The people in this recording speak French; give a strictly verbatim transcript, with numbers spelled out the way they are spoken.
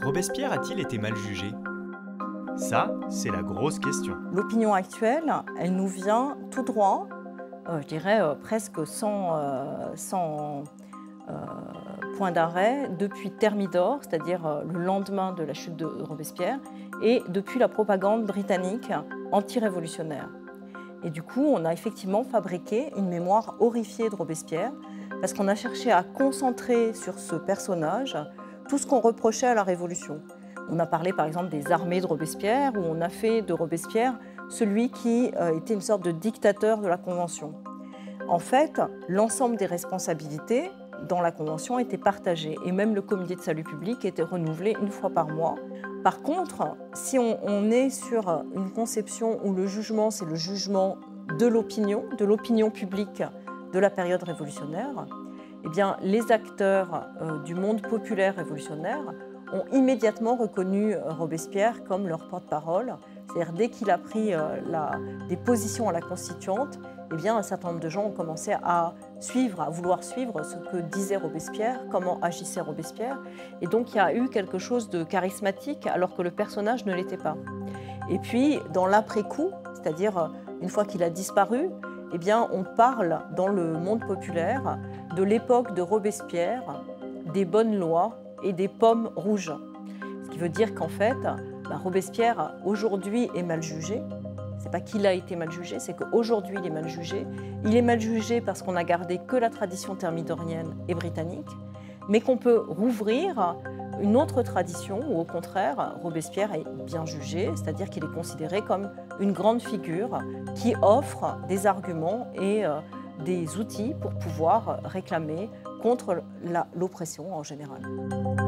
Robespierre a-t-il été mal jugé? Ça, c'est la grosse question. L'opinion actuelle, elle nous vient tout droit, euh, je dirais euh, presque sans, euh, sans euh, point d'arrêt, depuis Thermidor, c'est-à-dire euh, le lendemain de la chute de Robespierre, et depuis la propagande britannique anti-révolutionnaire. Et du coup, on a effectivement fabriqué une mémoire horrifiée de Robespierre, parce qu'on a cherché à concentrer sur ce personnage tout ce qu'on reprochait à la Révolution. On a parlé par exemple des armées de Robespierre, où on a fait de Robespierre celui qui euh, était une sorte de dictateur de la Convention. En fait, l'ensemble des responsabilités dans la Convention étaient partagées, et même le comité de salut public était renouvelé une fois par mois. Par contre, si on, on est sur une conception où le jugement, c'est le jugement de l'opinion, de l'opinion publique de la période révolutionnaire, eh bien, les acteurs euh, du monde populaire révolutionnaire ont immédiatement reconnu Robespierre comme leur porte-parole. C'est-à-dire, dès qu'il a pris euh, la, des positions à la Constituante, eh bien, un certain nombre de gens ont commencé à suivre, à vouloir suivre ce que disait Robespierre, comment agissait Robespierre. Et donc, il y a eu quelque chose de charismatique, alors que le personnage ne l'était pas. Et puis, dans l'après-coup, c'est-à-dire une fois qu'il a disparu, eh bien, on parle dans le monde populaire de l'époque de Robespierre, des bonnes lois et des pommes rouges. Ce qui veut dire qu'en fait, ben Robespierre aujourd'hui est mal jugé. Ce n'est pas qu'il a été mal jugé, c'est qu'aujourd'hui il est mal jugé. Il est mal jugé parce qu'on n'a gardé que la tradition thermidorienne et britannique, mais qu'on peut rouvrir une autre tradition où au contraire Robespierre est bien jugé, c'est-à-dire qu'il est considéré comme une grande figure qui offre des arguments et euh, des outils pour pouvoir réclamer contre l'oppression en général.